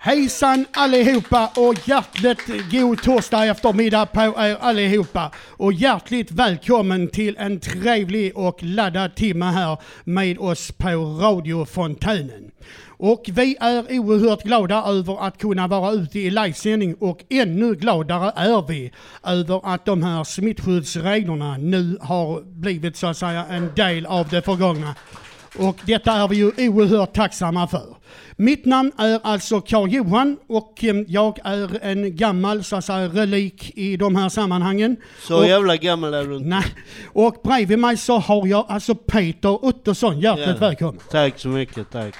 Hejsan allihopa och hjärtligt god torsdag eftermiddag på er allihopa. Och hjärtligt välkommen till en trevlig och laddad timme här med oss på Radio Fontänen. Och vi är oerhört glada över att kunna vara ute i livesändning och ännu gladare är vi över att de här smittskyddsreglerna nu har blivit så att säga en del av det förgångna. Och detta är vi ju oerhört tacksamma för. Mitt namn är alltså Karl-Johan och jag är en gammal så att säga relik i de här sammanhangen. Så och, jävla gammal är du inte. Nej, och bredvid mig så har jag alltså Peter Ottosson. Hjärtligt välkommen. Tack så mycket, tack.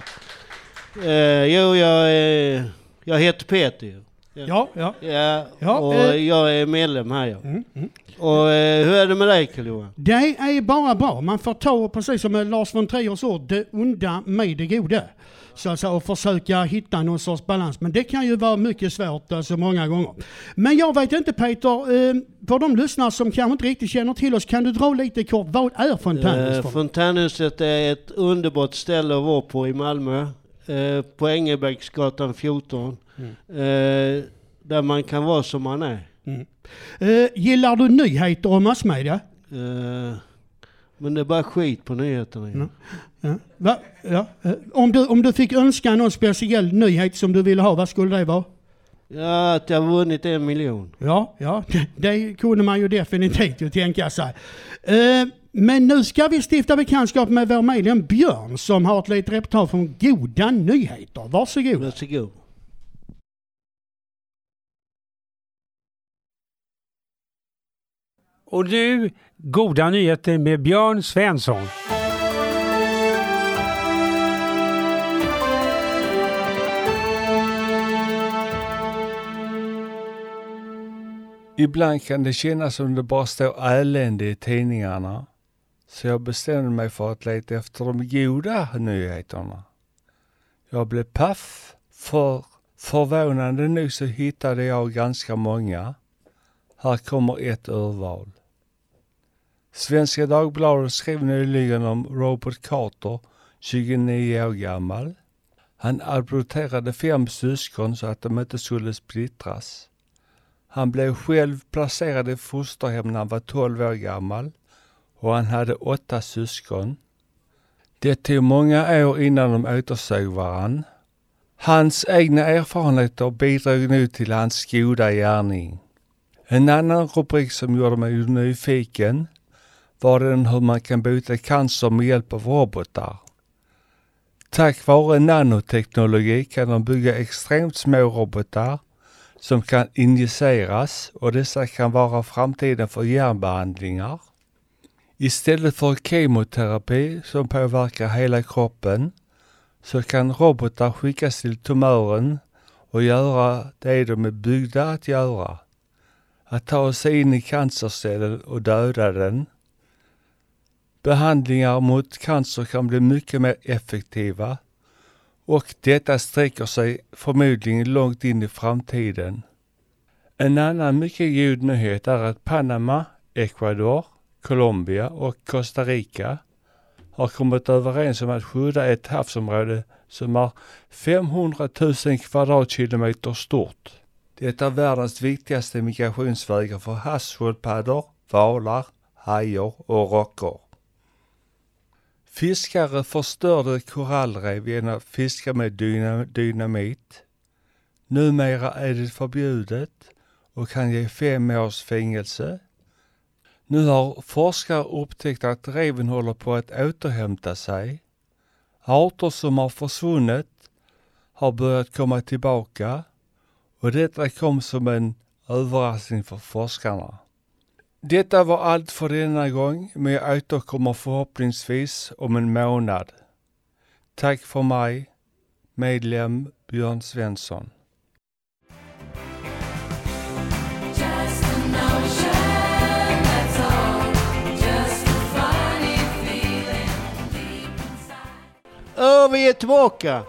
Jag heter Peter. Ja. Och jag är medlem här. Ja. Och hur är det med dig, Karl-Johan? Det är bara bra. Man får ta, precis som Lars von Triers ord, det onda med det goda. Så att säga, och försöka hitta någon sorts balans. Men det kan ju vara mycket svårt alltså, många gånger. Men jag vet inte, Peter, för de lyssnare som kanske inte riktigt känner till oss, kan du dra lite kort, vad är Fontänhuset? Fontänhuset är ett underbart ställe att vara på i Malmö. På Engelbrektsgatan 14. Där man kan vara som man är. Gillar du nyheter och massmedia? Men det är bara skit på nyheterna. Om du fick önska någon speciell nyhet som du ville ha, vad skulle det vara? Ja, att jag har vunnit 1 miljon. Ja, det kunde man ju definitivt ju tänka sig. Men nu ska vi stifta bekantskap med vår medlem Björn som har ett litet reportage från Goda Nyheter. Varsågod. Och nu, Goda Nyheter med Björn Svensson. Ibland kan det kännas som det bara står elände i tidningarna. Så jag bestämde mig för att leta efter de goda nyheterna. Jag blev paff, för förvånande nog så hittade jag ganska många. Här kommer ett urval. Svenska Dagbladet skrev nyligen om Robert Carter, 29 år gammal. Han adopterade 5 syskon så att de inte skulle splittras. Han blev själv placerad i fosterhem när han var 12 år gammal och han hade 8 syskon. Det tog många år innan de återsåg varann. Hans egna erfarenheter bidrog nu till hans goda gärning. En annan rubrik som gjorde mig nyfiken var den hur man kan bota cancer med hjälp av robotar. Tack vare nanoteknologi kan de bygga extremt små robotar som kan injiceras och dessa kan vara framtiden för hjärnbehandlingar. Istället för kemoterapi som påverkar hela kroppen så kan robotar skickas till tumören och göra det de är byggda att göra. Att ta sig in i cancercellen och döda den. Behandlingar mot cancer kan bli mycket mer effektiva och detta sträcker sig förmodligen långt in i framtiden. En annan mycket god nyhet är att Panama, Ecuador, Colombia och Costa Rica har kommit överens om att skydda ett havsområde som är 500 000 kvadratkilometer stort. Det är världens viktigaste migrationsvägar för havssköldpaddor, valar, hajar och rockor. Fiskare förstörde korallrev genom att fiska med dynamit. Numera är det förbjudet och kan ge 5 års fängelse. Nu har forskare upptäckt att reven håller på att återhämta sig. Arter som har försvunnit har börjat komma tillbaka och detta kom som en överraskning för forskarna. Detta var allt för denna gång, men jag återkommer förhoppningsvis om en månad. Tack för mig, medlem Björn Svensson. Vi är tillbaka!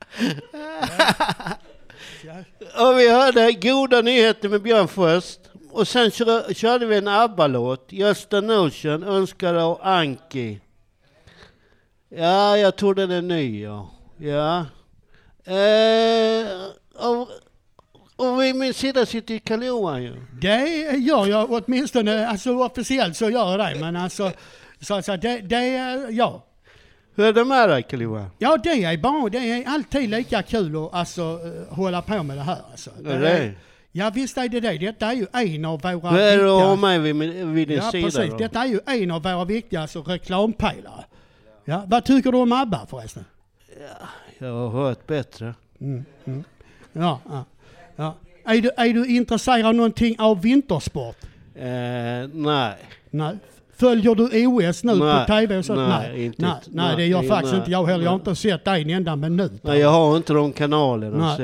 Och vi hörde Goda Nyheter med Björn först. Och sen körde vi en ABBA-låt. Just an Ocean, önskad av Anki. Ja, jag tror den är ny, ja. Och vid min sida sitter Karl-Johan ju. Det gör jag åtminstone, alltså officiellt så gör jag det, men alltså så ja. Hur är det med dig, Karl-Johan? Ja, det är bra. Det är alltid lika kul att alltså, hålla på med det här. Alltså. Ja, visst är det det. Detta är ju en av våra Hur är det att ha mig vid din sida? Precis. Då? Detta är ju en av våra viktigaste reklampelare. Ja, vad tycker du om ABBA förresten? Ja, jag har hört bättre. Ja. Är du intresserad av någonting av vintersport? Nej. Följer du OS nu på TV? Och så? Nej, det gör faktiskt inte jag heller. Jag har inte sett en enda minut. Nej, jag har inte de kanalerna.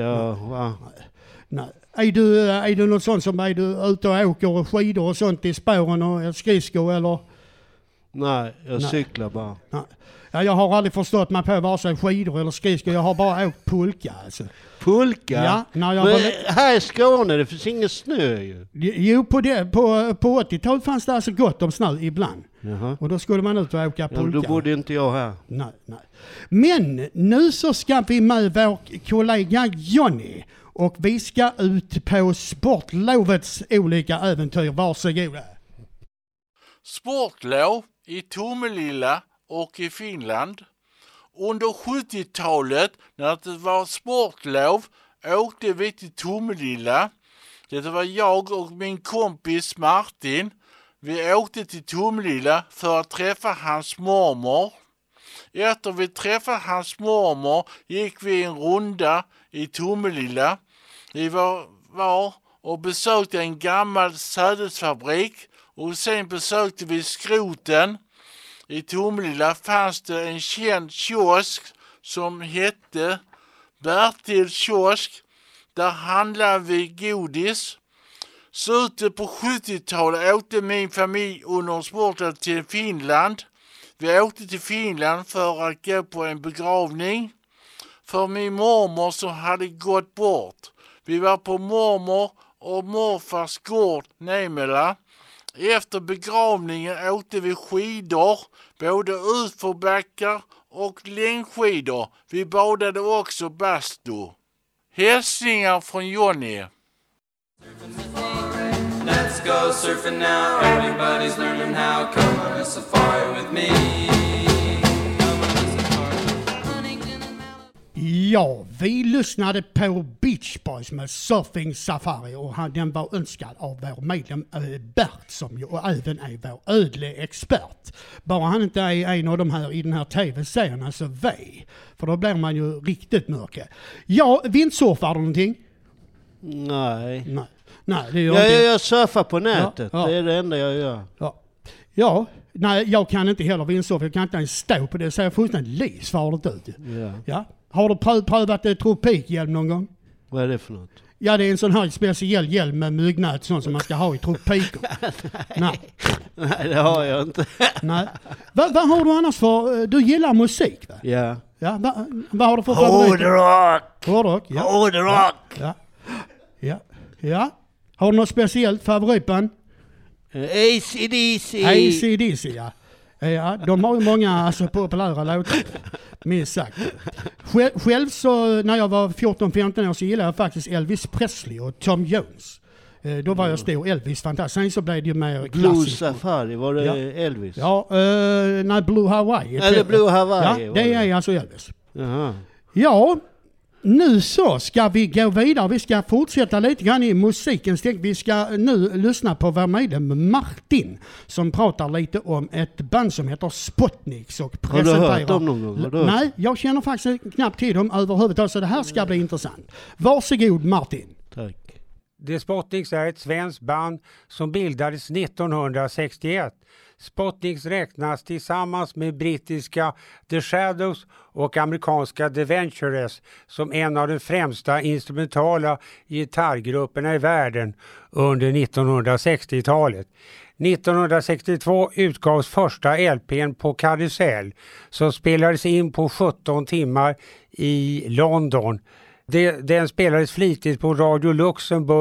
Nej. Är du något sånt som är du ute och åker skidor och sånt i spåren och skridskor eller? Nej, jag cyklar bara. Nej. Ja, jag har aldrig förstått mig på vare sig skidor eller skridskor. Jag har bara åkt pulka alltså. Pulka? Ja, men här i Skåne det finns ingen snö ju. Jo, på 80-talet fanns det alltså gott om snö ibland. Jaha. Och då skulle man ut och åka pulka. Ja, då bodde inte jag här. Nej. Men nu så ska vi med vår kollega Johnny. Och vi ska ut på sportlovets olika äventyr. Varsågoda. Sportlov i Tomelilla och i Finland. Under 70-talet när det var sportlov åkte vi till Tomelilla. Det var jag och min kompis Martin. Vi åkte till Tomelilla för att träffa hans mormor. Efter vi träffade hans mormor gick vi en runda i Tomelilla. Vi var och besökte en gammal sädesfabrik och sen besökte vi skroten. I Tomelilla fanns det en känd kiosk som hette Bertil kiosk. Där handlade vi godis. Slutet på 70-talet åkte min familj under sporten till Finland. Vi åkte till Finland för att gå på en begravning. För min mormor som hade gått bort. Vi var på mormor och morfars gård Nemela. Efter begravningen åkte vi skidor, både utförbackar och längdskidor. Vi badade också bastu. Hälsningar från Johnny. Let's go surfing now, everybody's learning how. Come on a safari with me. Ja, vi lyssnade på Beach Boys med Surfing Safari och den var önskad av vår medlem Bert som ju även är vår ödle-expert. Bara han inte är en av de här i den här tv-serien, alltså V. För då blir man ju riktigt mörke. Ja, vindsurfar du någonting? Nej, det gör inte. Jag surfar på nätet, Ja. det är det enda jag gör. Ja, nej jag kan inte heller vindsurfa, jag kan inte ens stå på det, det ser fullständigt livsfarligt ut. Ja. Har du prövat tropikhjälm någon gång? Vad är det för något? Ja, det är en sån här speciell hjälm med myggnät, sån som man ska ha i tropiker. Nej, det har jag inte. Nej. Vad har du annars för, du gillar musik va? Ja. Ja, vad har du för favorit? Hårdrock, ja. Hårdrock! Ja. Har du något speciellt favoritband? AC/DC, ja. Ja, de har ju många alltså, populära låtar, minst sagt. Själv så, när jag var 14-15 år så gillade jag faktiskt Elvis Presley och Tom Jones. Då var jag stor Elvis-fantast. Sen så blev det ju mer klassiskt. Blue Safari, var det Elvis? Ja, nej, Blue Hawaii. Eller Blue Hawaii. Ja, det är alltså Elvis. Jaha. Ja, nu så ska vi gå vidare. Vi ska fortsätta lite grann i musiken. Vi ska nu lyssna på vår medlem Martin som pratar lite om ett band som heter Spotniks och presenterar... Har du hört dem någon gång? Nej, jag känner faktiskt knappt till dem överhuvudtaget, så det här ska bli intressant. Varsågod Martin. Tack. The Spotniks är ett svenskt band som bildades 1961. Spotniks räknas tillsammans med brittiska The Shadows och amerikanska The Ventures som en av de främsta instrumentala gitarrgrupperna i världen under 1960-talet. 1962 utgavs första LP:n på Karusell som spelades in på 17 timmar i London. Den spelades flitigt på Radio Luxemburg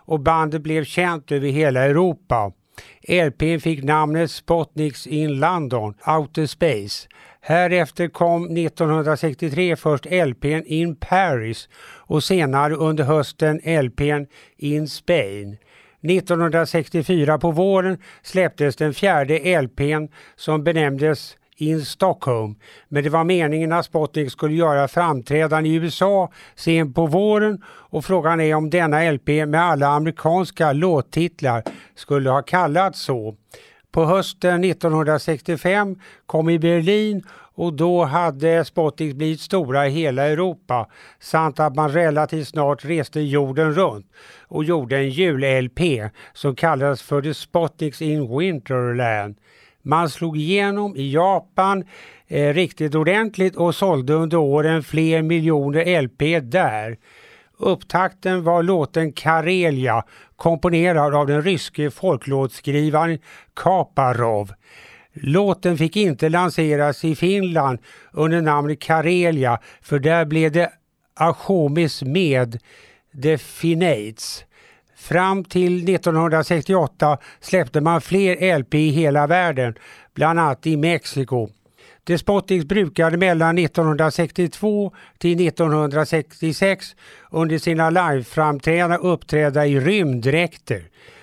och bandet blev känt över hela Europa. LP:n fick namnet Sputniks in London, Outer Space. Härefter kom 1963 först LP:n in Paris och senare under hösten LP:n in Spain. 1964 på våren släpptes den fjärde LP:n som benämndes in Stockholm, men det var meningen att Sputnik skulle göra framträdande i USA sen på våren och frågan är om denna LP med alla amerikanska låttitlar skulle ha kallats så. På hösten 1965 kom i Berlin och då hade Sputnik blivit stora i hela Europa samt att man relativt snart reste jorden runt och gjorde en jul-LP som kallades för The Sputniks in Winterland. Man slog igenom i Japan riktigt ordentligt och sålde under åren fler miljoner LP där. Upptakten var låten Karelia, komponerad av den ryske folklåtskrivaren Kaparov. Låten fick inte lanseras i Finland under namnet Karelia, för där blev det akomis med The Finates. Fram till 1968 släppte man fler LP i hela världen, bland annat i Mexiko. The Sputniks brukade mellan 1962 till 1966 under sina liveframträdanden uppträda i rymddräkter.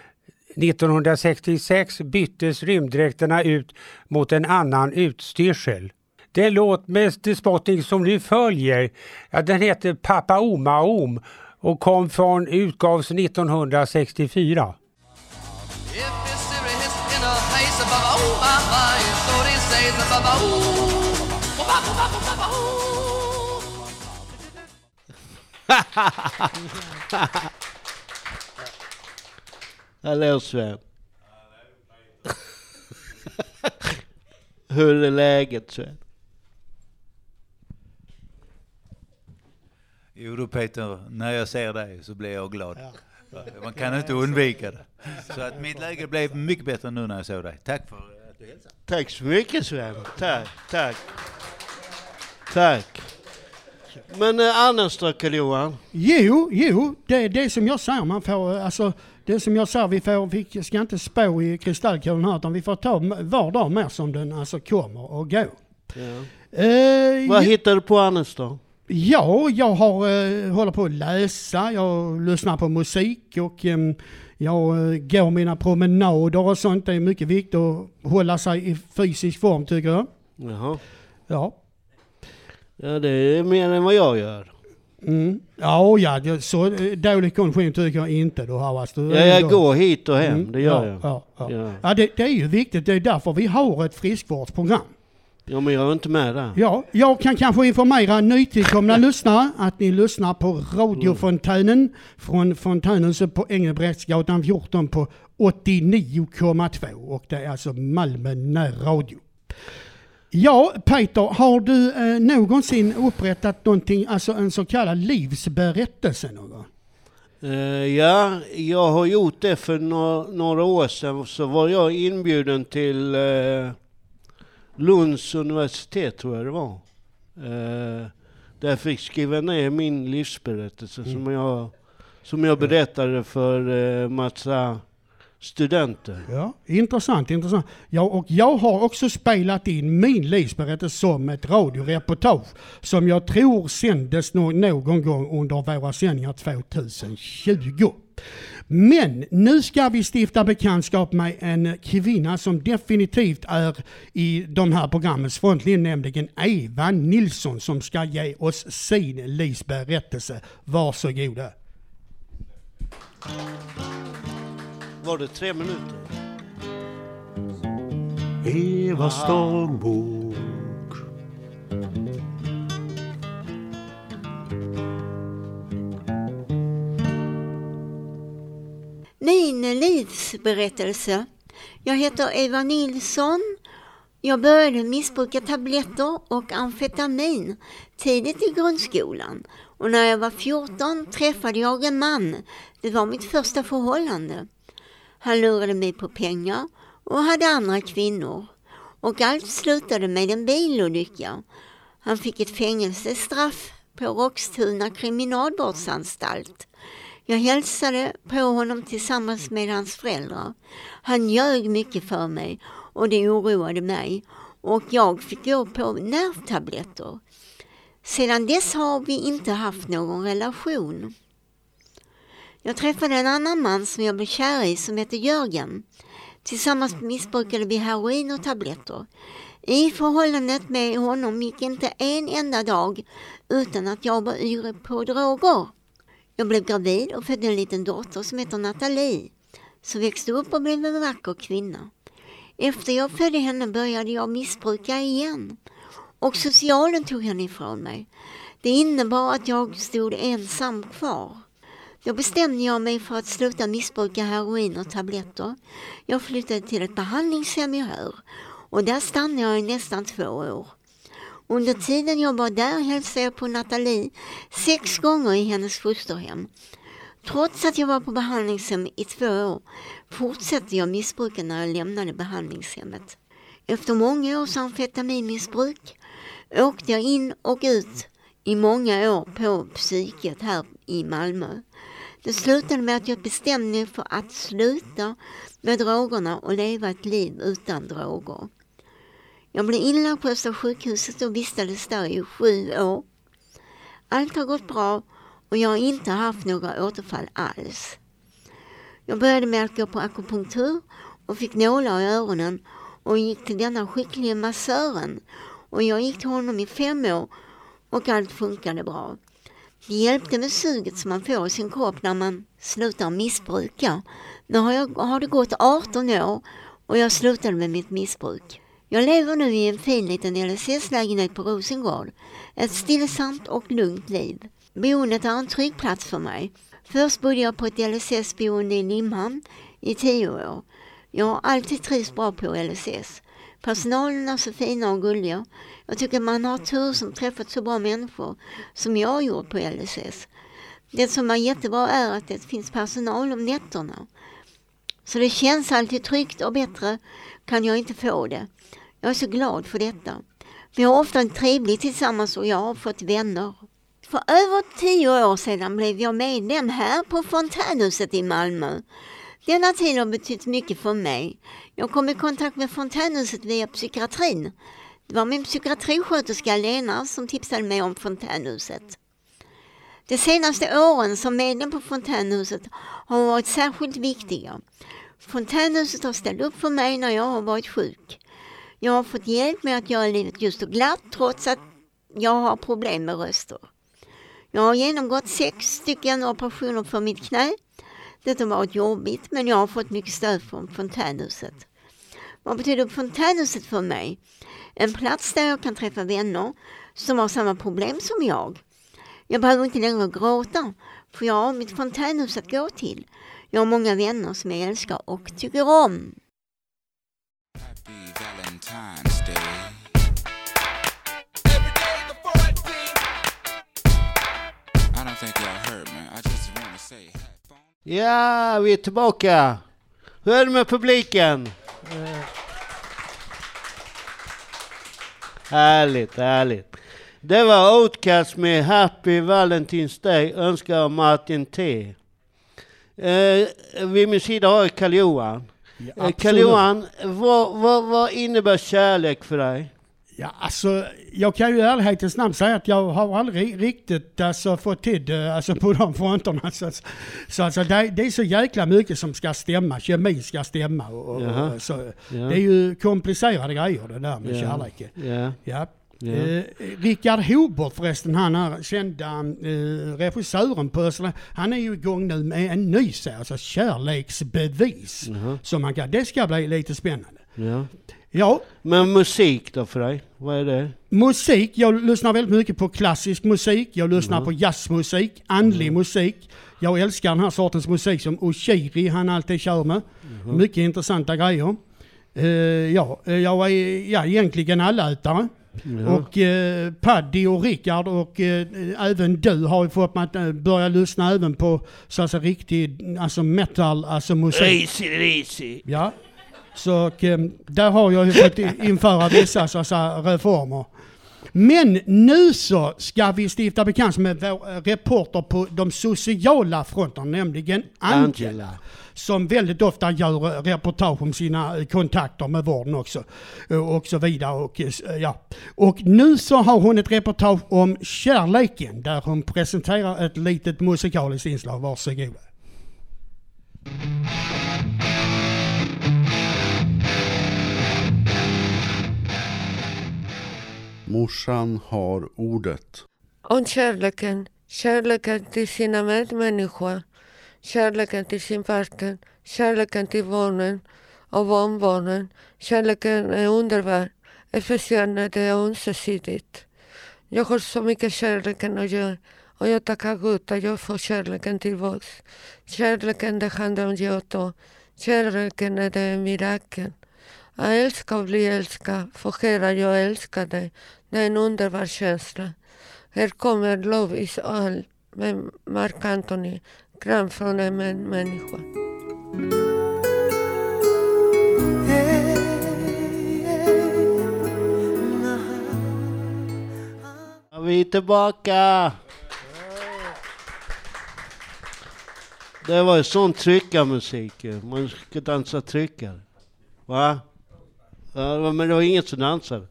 1966 byttes rymddräkterna ut mot en annan utstyrsel. Den låt med The Sputniks som nu följer, den heter Papa Oma Om och kom från utgavs 1964. Hallå Sven. Hur är läget Sven? Jo då Peter, när jag ser dig så blir jag glad. Ja. Man kan inte undvika det. Så att mitt läge blev mycket bättre nu när jag såg dig. Tack för att du hälsade. Tack så mycket Sven. Tack. Men annars då Carl-Johan? Jo, det som jag säger, man får, alltså det som jag säger, vi ska inte spå i kristallkulen här, utan vi får ta var dag mer som den alltså kommer och går. Ja. Vad hittar du på annars då? Ja, jag håller på att läsa, jag lyssnar på musik och jag går mina promenader och sånt. Det är mycket viktigt att hålla sig i fysisk form tycker jag. Jaha. Ja. Ja, det är mer än vad jag gör. Mm. Ja, så dålig kondition tycker jag inte du har. Alltså, jag går hit och hem, det gör jag. Ja, det är ju viktigt, det är därför vi har ett friskvårdsprogram. Ja, men jag är inte med där. Ja, jag kan kanske informera nytillkomna lyssnare att ni lyssnar på radiofontänen från Fontänhuset på Engelbrektsgatan 14 på 89,2 och det är alltså Malmö närradio. Ja, Peter, har du någonsin upprättat någonting, alltså en så kallad livsberättelse någon? Ja, jag har gjort det för några år sedan. Så var jag inbjuden till Lunds universitet tror jag det var. Där jag fick skriva ner min livsberättelse som jag berättade för massa studenter. Ja, intressant. Ja, och jag har också spelat in min livsberättelse som ett radioreportage som jag tror sändes någon gång under våra sändningar 2020. Men nu ska vi stifta bekantskap med en kvinna som definitivt är i de här programmens frontlinje, nämligen Eva Nilsson som ska ge oss sin livsberättelse. Varsågoda. Var det 3 minuter? Evas dagbok. Min livsberättelse. Jag heter Eva Nilsson. Jag började missbruka tabletter och amfetamin tidigt i grundskolan. Och när jag var 14 träffade jag en man. Det var mitt första förhållande. Han lurade mig på pengar och hade andra kvinnor. Och allt slutade med en bilolycka. Han fick ett fängelsestraff på Roxtuna kriminalvårdsanstalt. Jag hälsade på honom tillsammans med hans föräldrar. Han ljög mycket för mig och det oroade mig. Och jag fick gå på nervtabletter. Sedan dess har vi inte haft någon relation. Jag träffade en annan man som jag blev kär i som heter Jörgen. Tillsammans missbrukade vi heroin och tabletter. I förhållandet med honom gick inte en enda dag utan att jag var yr på droger. Jag blev gravid och födde en liten dotter som heter Nathalie. Så växte upp och blev en vacker kvinna. Efter jag födde henne började jag missbruka igen. Och socialen tog henne ifrån mig. Det innebar att jag stod ensam kvar. Då bestämde jag mig för att sluta missbruka heroin och tabletter. Jag flyttade till ett behandlingshem i Hör. Och där stannade jag i nästan 2 år. Under tiden jag var där hälsade jag på Nathalie 6 gånger i hennes fosterhem. Trots att jag var på behandlingshem i 2 år fortsatte jag missbruka när jag lämnade behandlingshemmet. Efter många års amfetaminmissbruk åkte jag in och ut i många år på psyket här i Malmö. Det slutade med att jag bestämde mig för att sluta med drogerna och leva ett liv utan droger. Jag blev inlagd på sjukhuset och vistades där i 7 år. Allt har gått bra och jag har inte haft några återfall alls. Jag började med att gå på akupunktur och fick nålar i öronen och gick till denna skickliga massören. Och jag gick till honom i 5 år och allt funkade bra. Det hjälpte med suget som man får i sin kropp när man slutar missbruka. Nu har det gått 18 år och jag slutade med mitt missbruk. Jag lever nu i en fin liten LSS-lägenhet på Rosengård. Ett stillsamt och lugnt liv. Boendet är en trygg plats för mig. Först bodde jag på ett LSS-boende i Limhamn i 10 år. Jag har alltid trivs bra på LSS. Personalen är så fina och gulliga. Jag tycker man har tur som träffat så bra människor som jag har gjort på LSS. Det som är jättebra är att det finns personal om nätterna. Så det känns alltid tryggt och bättre kan jag inte få det. Jag är så glad för detta. Vi har ofta trevligt tillsammans och jag har fått vänner. För över 10 år sedan blev jag medlem här på Fontänhuset i Malmö. Denna tid har betytt mycket för mig. Jag kom i kontakt med Fontänhuset via psykiatrin. Det var min psykiatrisköterska Lena som tipsade mig om Fontänhuset. De senaste åren som medlem på Fontänhuset har varit särskilt viktiga. Fontänhuset har ställt upp för mig när jag har varit sjuk. Jag har fått hjälp med att göra livet just och glatt trots att jag har problem med röster. Jag har genomgått 6 operationer för mitt knä. Det har varit jobbigt men jag har fått mycket stöd från Fontänhuset. Vad betyder Fontänhuset för mig? En plats där jag kan träffa vänner som har samma problem som jag. Jag behöver inte längre gråta för jag har mitt Fontänhus att gå till. Jag har många vänner som jag älskar och tycker om. Happy Valentine's Day. I don't think y'all heard me. I just want to say Ja, vi är tillbaka. Hur är det med publiken? Härligt, härligt. Det var Outcast med Happy Valentine's Day. Önskar Martin T. Vid min sida har jag Karl-Johan. Ja, Karl-Johan, vad innebär kärlek för dig? Ja, alltså, jag kan ju i ärlighetens namn säga att jag har aldrig riktigt fått tid på de fronterna. Så alltså, det är så jäkla mycket som ska stämma. Kemi ska stämma. Och så. Ja. Det är ju komplicerade grejer det där med kärlek. Ja. Richard Hobert förresten, han är kända regissören på Österlen. Han är ju igång nu med en ny serie, alltså kärleksbevis. Som man kan, det ska bli lite spännande. Ja. Men musik då för dig? Vad är det? Musik, jag lyssnar väldigt mycket på klassisk musik. Jag lyssnar på jazzmusik, andlig musik. Jag älskar den här sortens musik som Oshiri han alltid kör med. Mycket intressanta grejer. Jag är egentligen allätare. Och Paddy och Rickard och även du har ju fått mig att börja lyssna även på så alltså riktig metal, alltså musik. Easy. Ja. Så där har jag ju fått införa vissa reformer. Men nu så ska vi stifta bekantskap med vår reporter på de sociala fronterna, nämligen Angela. Som väldigt ofta gör reportage om sina kontakter med vården också. Och så vidare. Och nu så har hon ett reportage om kärleken där hon presenterar ett litet musikaliskt inslag. Varsågoda. Morsan har ordet. Om kärleken till sina medmänniskor, kärleken till sin partner, kärleken till barnen och barnbarnen. Kärleken är underbar, speciellt när det är ömsesidigt. Jag har så mycket kärleken att göra och jag tackar Gud att jag får kärleken tillbaka. Kärleken det handlar om jag och kärleken är det mirakel. Jag älskar att bli älskad, för hela jag älskar dig. Det är en underbar känsla. Här kommer Love is all med Mark Anthony, kram från en människa. Vi är tillbaka! Det var ju sån tryckarmusik. Man ska dansa tryckare. Va? Ja, men det var inget som dansade.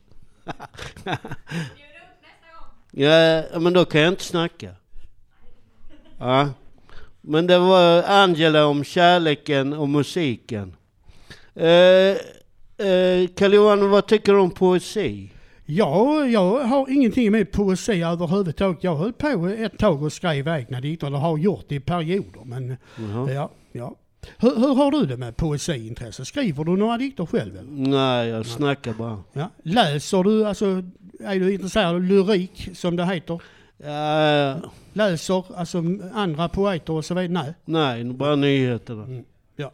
Ja, men då kan jag inte snacka. Ja. Men det var Angela om kärleken och musiken. Carl-Johan, vad tycker du om poesi? Ja, jag har ingenting med poesi överhuvudtaget. Jag höll på ett tag och skrev egna dikter, eller har gjort det i perioder. Men ja. Hur har du det med poesiintresse? Skriver du några dikter själv? Eller? Nej, jag snackar bara. Ja. Läser du, alltså, är du intresserad av lyrik som det heter? Läser alltså andra poeter och så vidare? Nej, bara nyheterna. Ja.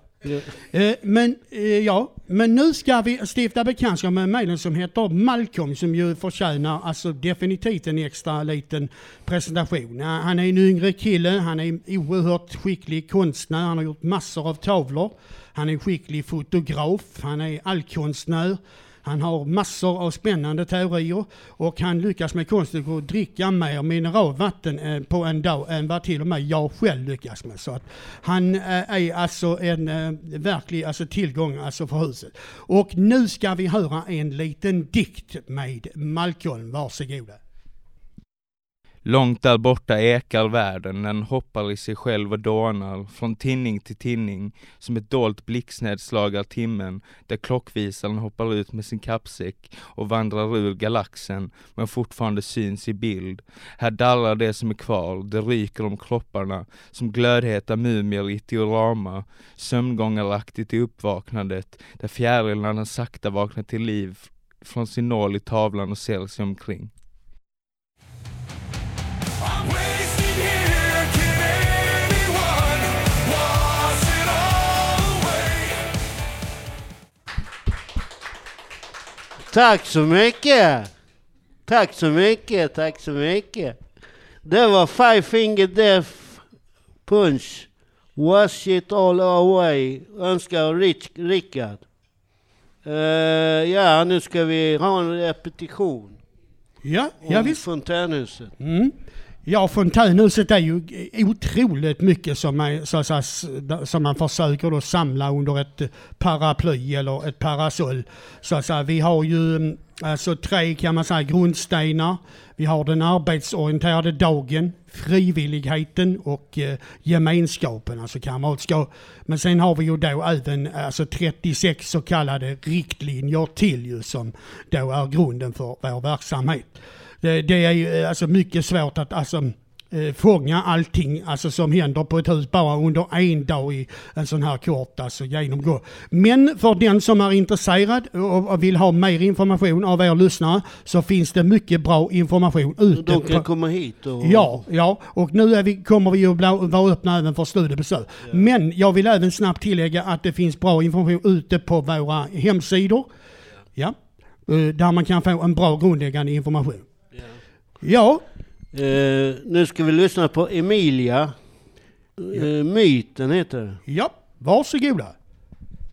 Men nu ska vi stifta bekantskap med en medlem som heter Malcolm, som ju förtjänar alltså definitivt en extra liten presentation. Han är en yngre kille, han är en oerhört skicklig konstnär, han har gjort massor av tavlor, han är en skicklig fotograf, han är allkonstnär. Han har massor av spännande teorier och han lyckas med konsten att dricka mer mineralvatten på en dag än vad till och med jag själv lyckas med. Så att han är alltså en verklig tillgång för huset. Och nu ska vi höra en liten dikt med Malcolm. Varsågoda. Långt där borta ekar världen, den hoppar i sig själv och dånar från tinning till tinning som ett dolt blixtnedslag av timmen där klockvisaren hoppar ut med sin kappsäck och vandrar ur galaxen men fortfarande syns i bild. Här darrar det som är kvar, det ryker om kropparna som glödheta mumier i diorama, sömngångaraktigt i uppvaknandet där fjärilarna sakta vaknar till liv från sin nål i tavlan och ser sig omkring. Tack så mycket. Det var Five Finger Death Punch. Wash it all away. Önskar Rickard. Nu ska vi ha en repetition. Ja visst. Fontänhuset. Ja, Fontänhuset är ju otroligt mycket som man försöker då samla under ett paraply eller ett parasoll. Så att säga, vi har ju tre, kan man säga, grundstenar. Vi har den arbetsorienterade dagen, frivilligheten och gemenskapen, alltså kamratskap. Men sen har vi ju då även 36 så kallade riktlinjer till ju, som då är grunden för vår verksamhet. Det är ju mycket svårt att fånga allting som händer på ett hus bara under en dag i en sån här kort genomgå. Men för den som är intresserad och vill ha mer information av er lyssnare så finns det mycket bra information ute. De kan komma hit. Ja, och nu kommer vi ju vara öppna även för studiebesök. Ja. Men jag vill även snabbt tillägga att det finns bra information ute på våra hemsidor. Ja, där man kan få en bra grundläggande information. Ja. Nu ska vi lyssna på Emilia. Myten heter det. Ja, varsågoda.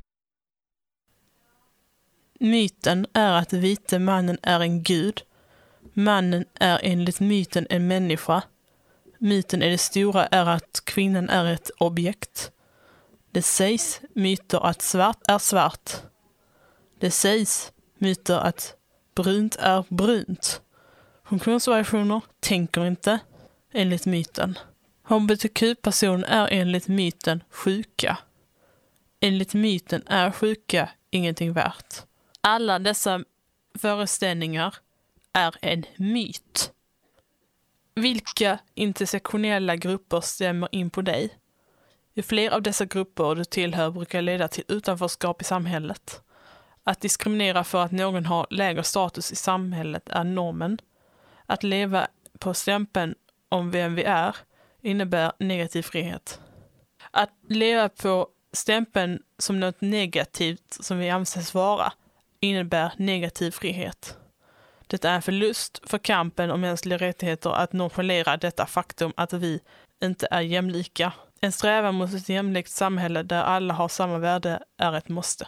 Myten är att vite mannen är en gud. Mannen är enligt myten en människa. Myten i det stora är att kvinnan är ett objekt. Det sägs myter att svart är svart. Det sägs myter att brunt är brunt. Funktionsvariationer tänker inte enligt myten. HBTQ-personer är enligt myten sjuka. Enligt myten är sjuka ingenting värt. Alla dessa föreställningar är en myt. Vilka intersektionella grupper stämmer in på dig? Ju fler av dessa grupper du tillhör brukar leda till utanförskap i samhället. Att diskriminera för att någon har lägre status i samhället är normen. Att leva på stämpeln om vem vi är innebär negativ frihet. Att leva på stämpeln som något negativt som vi anses vara innebär negativ frihet. Det är en förlust för kampen om mänskliga rättigheter att nonchalera detta faktum att vi inte är jämlika. En strävan mot ett jämlikt samhälle där alla har samma värde är ett måste.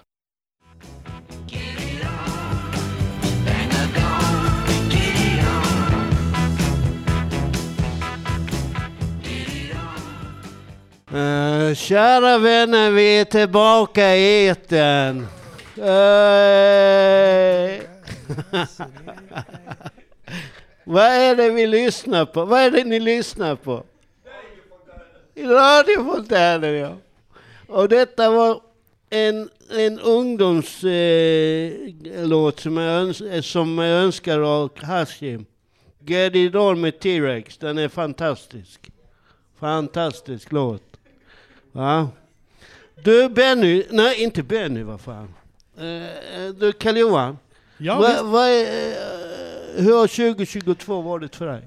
Kära vänner, vi är tillbaka i etern. Vad är det vi lyssnar på? Vad är det ni lyssnar på? Radiofontänen, ja. Och detta var en ungdomslåt som jag önskar av Hashim. Get It On med T-Rex. Den är fantastisk. Fantastisk låt. Ja. Du Benny, nej inte Benny, vad fan. Du Karl-Johan. Ja, hur har 2022 varit för dig?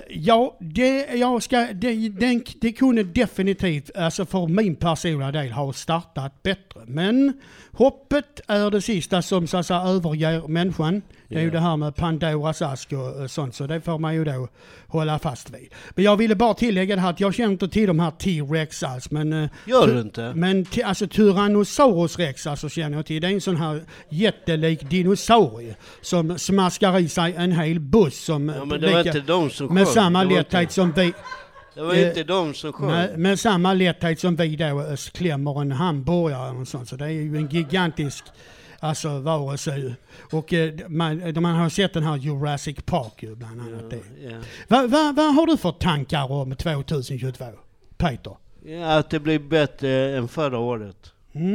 Det kunde definitivt, alltså för min personliga del, ha startat bättre. Men hoppet är det sista som så att säga överger människan. Det är ju det här med Pandoras ask och sånt, så det får man ju då hålla fast vid. Men jag ville bara tillägga det här att jag känner inte till de här T-Rex alls. Men, gör du inte? Men alltså Tyrannosaurus Rex alltså känner jag till. Det är en sån här jättelik dinosaurie som smaskar i sig en hel buss som men det var inte de som med samma lätthet som vi. Det var inte de som sjöng. Med samma lätthet som vi då klämmer en hamburgare och sånt. Så det är ju en gigantisk varelse. Och man har sett den här Jurassic Park ju bland annat. Vad har du för tankar om 2022, Peter? Ja, att det blir bättre än förra året.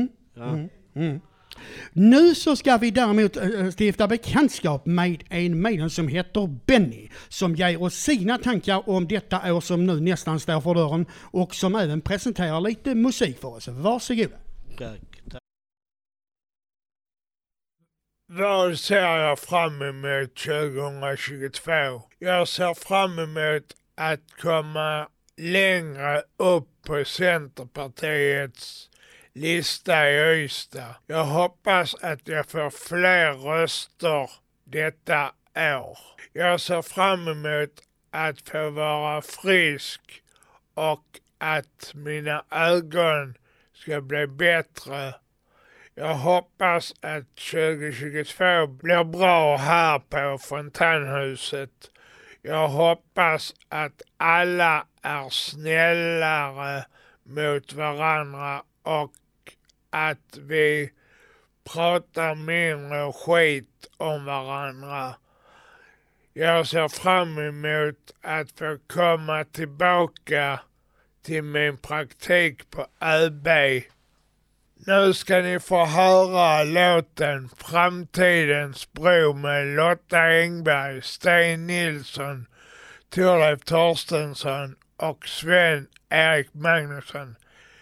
Nu så ska vi däremot stifta bekantskap med en medlem som heter Benny, som ger oss sina tankar om detta år som nu nästan står för dörren och som även presenterar lite musik för oss. Varsågod. Tack. Vad ser jag fram emot 2022? Jag ser fram emot att komma längre upp på Centerpartiets lista i Ystad. Jag hoppas att jag får fler röster detta år. Jag ser fram emot att få vara frisk och att mina ögon ska bli bättre. Jag hoppas att 2022 blir bra här på Fontanhuset. Jag hoppas att alla är snällare mot varandra och att vi pratar mindre skit om varandra. Jag ser fram emot att få komma tillbaka till min praktik på ÖB. Nu ska ni få höra låten Framtidens bro med Lotta Engberg, Sten Nilsson, Thorleif Torstensson och Sven-Erik Magnusson.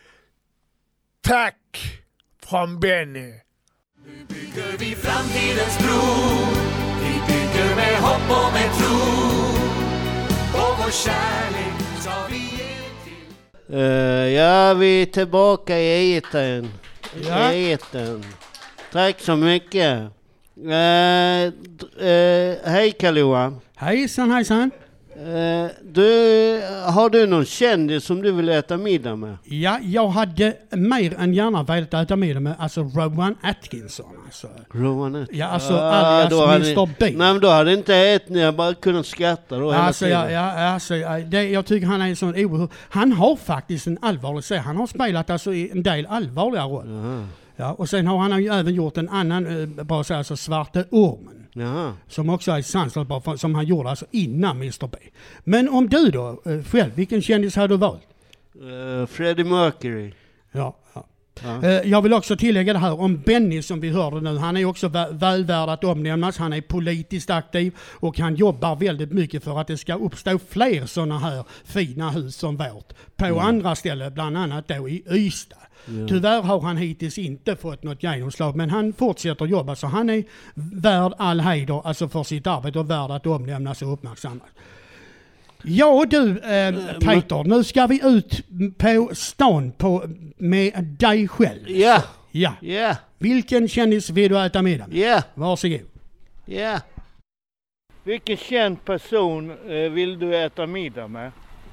Tack från Benny. Nu bygger vi framtidens bro. Vi bygger med hopp och med tro. Och vår kärlek ska vi ge till. Ja, vi är tillbaka i etern. Ja. Tack så mycket. Hej Karl-Johan. Hejsan. Har du någon kändis som du vill äta middag med? Ja, jag hade mer än gärna velat äta middag med Rowan Atkinson. Alltså. Rowan Atkinson? Ja, alltså alias Mr. Bean. Nej, men då hade inte jag bara kunnat skratta då hela tiden. Jag tycker han är en sån oerhört... Han har faktiskt en allvarlig serie. Han har spelat alltså i en del allvarliga roller. Ja, och sen har han ju även gjort en annan, bara säga alltså Svarte Ormen. Jaha. Som också är sanslöst, som han gjorde alltså innan Mr. B. Men om du då, själv, vilken kändis har du valt? Freddie Mercury. Ja. Jag vill också tillägga det här om Benny som vi hörde nu. Han är också väl värd att omnämnas. Han är politiskt aktiv och han jobbar väldigt mycket för att det ska uppstå fler sådana här fina hus som vårt. På andra ställen, bland annat då i Ystad. Ja. Tyvärr har han hittills inte fått något genomslag, men han fortsätter jobba, så han är värd all heder alltså för sitt arbete och värd att omnämnas och uppmärksammas. Ja du Peter, nu ska vi ut på stan med dig själv. Ja. Ja. Vilken kändis vill du äta middag med? Ja. Varsågod. Ja. Vilken känd person vill du äta middag med?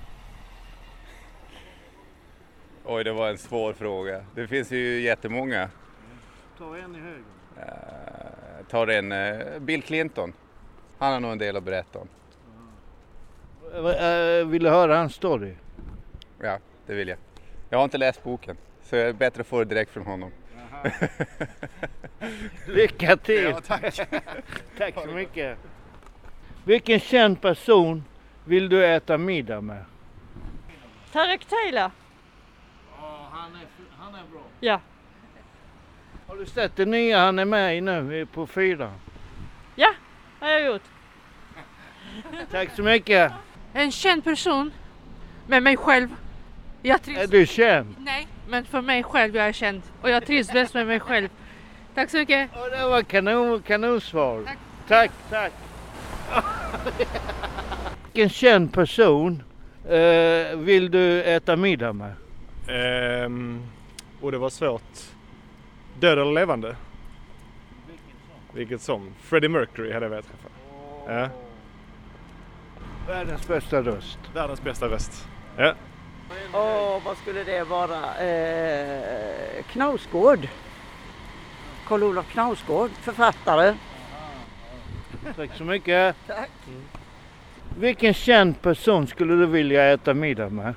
Oj, det var en svår fråga. Det finns ju jättemånga. Ta en i höger. Tar en Bill Clinton. Han har nog en del att berätta om. Vill du höra hans story? Ja, det vill jag. Jag har inte läst boken, så det är bättre att få det direkt från honom. Lycka till! Ja, tack. Tack så mycket. Vilken känd person vill du äta middag med? Tarek Taylor. Han är bra. Ja. Har du sett det nya han är med i nu på 4? Ja, har jag gjort. Tack så mycket. En känd person med mig själv. Är du känd? Nej, men för mig själv jag är känd. Och jag trivs bäst med mig själv. Tack så mycket. Det var kanonsvar. Tack. Vilken känd person vill du äta middag med? Och det var svårt. Död eller levande? Vilket som? Freddie Mercury hade jag velat träffa. Ja. Världens bästa röst. Världens bästa röst. Ja. Vad skulle det vara? Knausgård. Karl-Olof Knausgård, författare. Tack så mycket. Tack. Vilken känd person skulle du vilja äta middag med?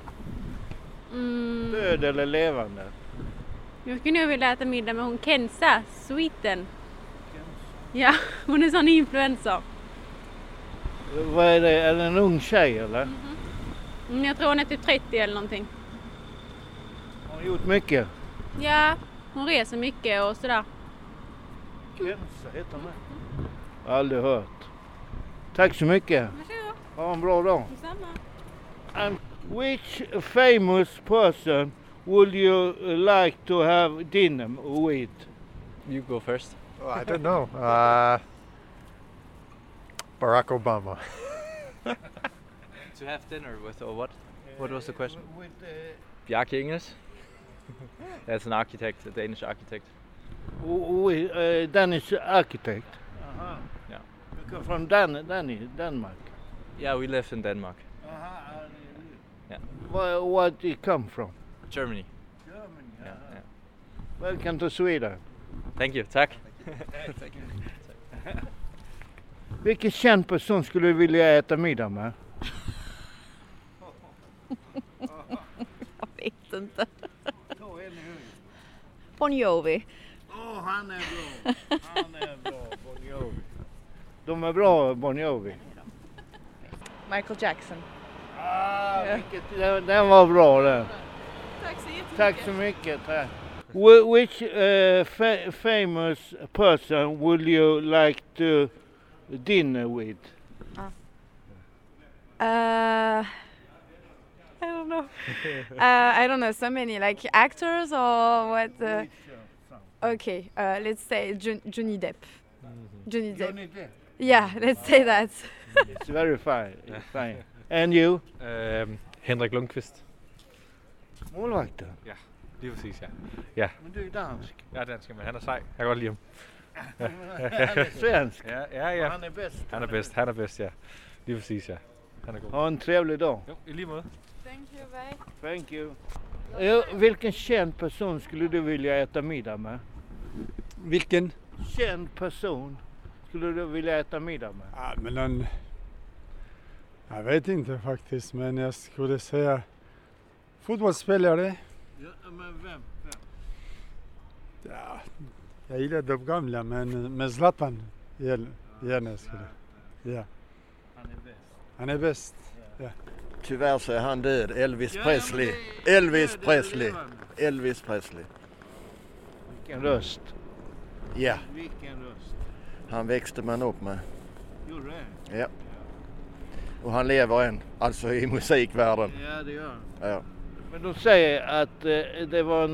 Död eller levande? Jag skulle nog vilja äta middag med hon Kenza, Sweeten. Ja, hon är sån influencer. Vad är det? Är det en ung tjej eller? Jag tror hon är typ 30 eller någonting. Har hon gjort mycket? Ja, hon reser mycket och sådär. Kenza heter hon det? Jag har aldrig hört. Tack så mycket. Varsågod. Ha en bra dag. Detsamma. And which famous person would you like to have dinner with? You go first. Oh, I don't know. Barack Obama. To have dinner with or what? What was the question? With Bjarke Ingels. That's an architect, a Danish architect. Danish architect. Yeah. You come from Denmark. Yeah, we live in Denmark. Yeah. Where do you come from? Germany. Yeah. Welcome to Sweden. Thank you. Tack. Vilken känd person skulle du vilja äta middag med? Jag vet inte. Bon Jovi. Han är bra. Bon Jovi. De är bra, Bon Jovi. Michael Jackson. Den var bra den. Tack så jättemycket. Tack så mycket. Tack. Which famous person would you like to dinner with? I don't know. I don't know. So many, like actors or what? Okay, let's say Johnny Depp. Johnny Depp. Yeah, let's say that. It's very fine. And you? Henrik Lundqvist. Målvakten? Ja, lige præcis, ja. Ja. Men du är dansk. Jeg er dansk, men han er sej. Jeg kan godt lide ham. Han är svensk. Ja. Han är bäst. Han er bedst, ja. Lige præcis, ja. Han är god. Ha en trevlig dag. Jo, i lige måde. Thank you, bye. Thank you. Vilken känd person skulle du vilja äta middag med? Vilken? Känd person skulle du vilja äta middag med? Ja, men jag vet inte faktiskt, men jag skulle säga fotbollsspelare. Ja, men vem? Ja, jag gillar de gamla, men med Zlatan gärna skulle. Ja. Han är bäst. Ja. Tyvärr så är han död. Elvis Presley. Elvis Presley. Vilken röst. Ja. Vilken röst. Han växte man upp med. Gjorde det? Ja. Och han lever än. Alltså i musikvärlden. Ja, det gör han. Ja. Men de säger att det var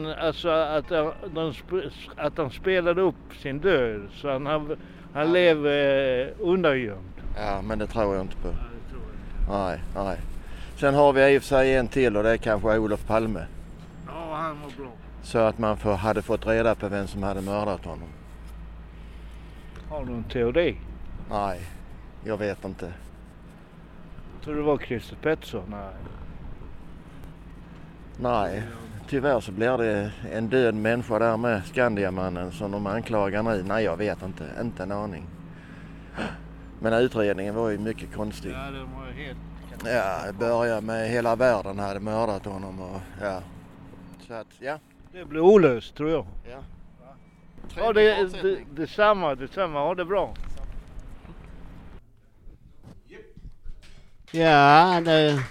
att han spelade upp sin död. Så han lever undangömd. Ja, men det tror jag inte på. Nej. Sen har vi i och för sig en till och det är kanske Olof Palme. Ja, han var bra. Så att man hade fått reda på vem som hade mördat honom. Har du en teori? Nej, jag vet inte. Tror du det var Christer Pettersson? Nej, tyvärr så blir det en död människa där med Skandiamannen som de anklagar nu. Nej, jag vet inte en aning. Men utredningen var ju mycket konstig. Ja, det var helt... Ja, det började med hela världen hade mördat honom och ja. Så att, ja. Det blev olöst, tror jag. Ja. Ja, detsamma. Ha det bra. Ja,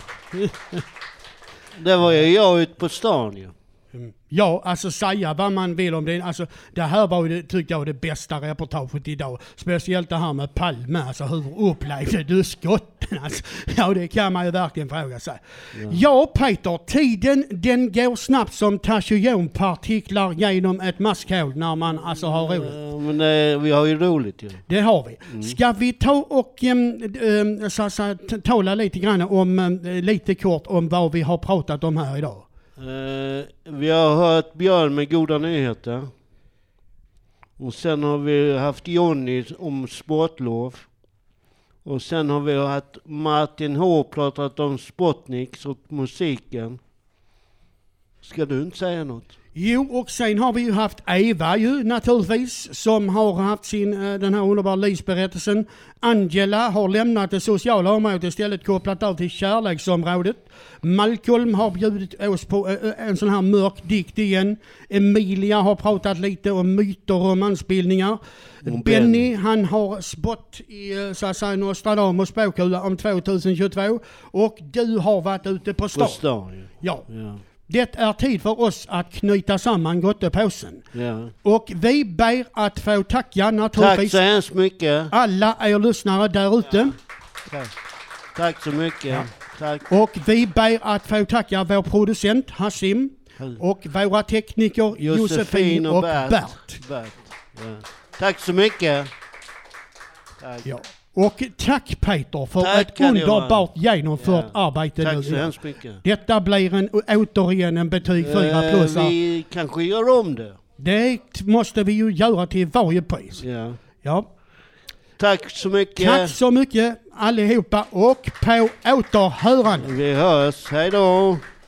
det var ju jag ute på stan ju. Ja, alltså säga vad man vill om det. Alltså, det här var ju, tyckte jag, det bästa reportaget idag. Speciellt det här med Palme. Alltså, hur upplevde du skotten? Alltså, ja, det kan man ju verkligen fråga sig. Ja, Peter, tiden den går snabbt som tachyonpartiklar genom ett maskhål när man alltså har roligt. Men vi har ju roligt ju. Det har vi. Ska vi ta och tala lite grann om, lite kort om vad vi har pratat om här idag? Vi har hört Björn med goda nyheter. Och sen har vi haft Jonny om sportlov. Och sen har vi haft Martin H pratat om Spotniks och musiken. Ska du inte säga något? Jo, och sen har vi ju haft Eva ju naturligtvis som har haft sin den här underbara livsberättelsen. Angela har lämnat det sociala området istället kopplat av till kärleksområdet. Malcolm har bjudit oss på en sån här mörk dikt igen. Emilia har pratat lite om myter och romansbildningar. Benny, han har spott i så att säga Nostradamus spåkula om 2022. Och du har varit ute på stan. På stan, ja. Det är tid för oss att knyta samman gottepåsen. Ja. Och vi ber att få tacka naturligtvis. Tack så hemskt mycket. Alla er lyssnare där ute. Ja. Tack så mycket. Ja. Tack. Och vi ber att få tacka vår producent Hassim. Och våra tekniker Josefin och Bert. Ja. Tack så mycket. Tack. Ja. Och tack Peter för ett underbart genomfört arbete. Tack så hemskt mycket. Detta blir återigen en betyg 4+. Vi kanske gör om det. Det måste vi ju göra till varje pris. Ja. Tack så mycket. Tack så mycket allihopa och på återhörande. Vi hörs. Hej då.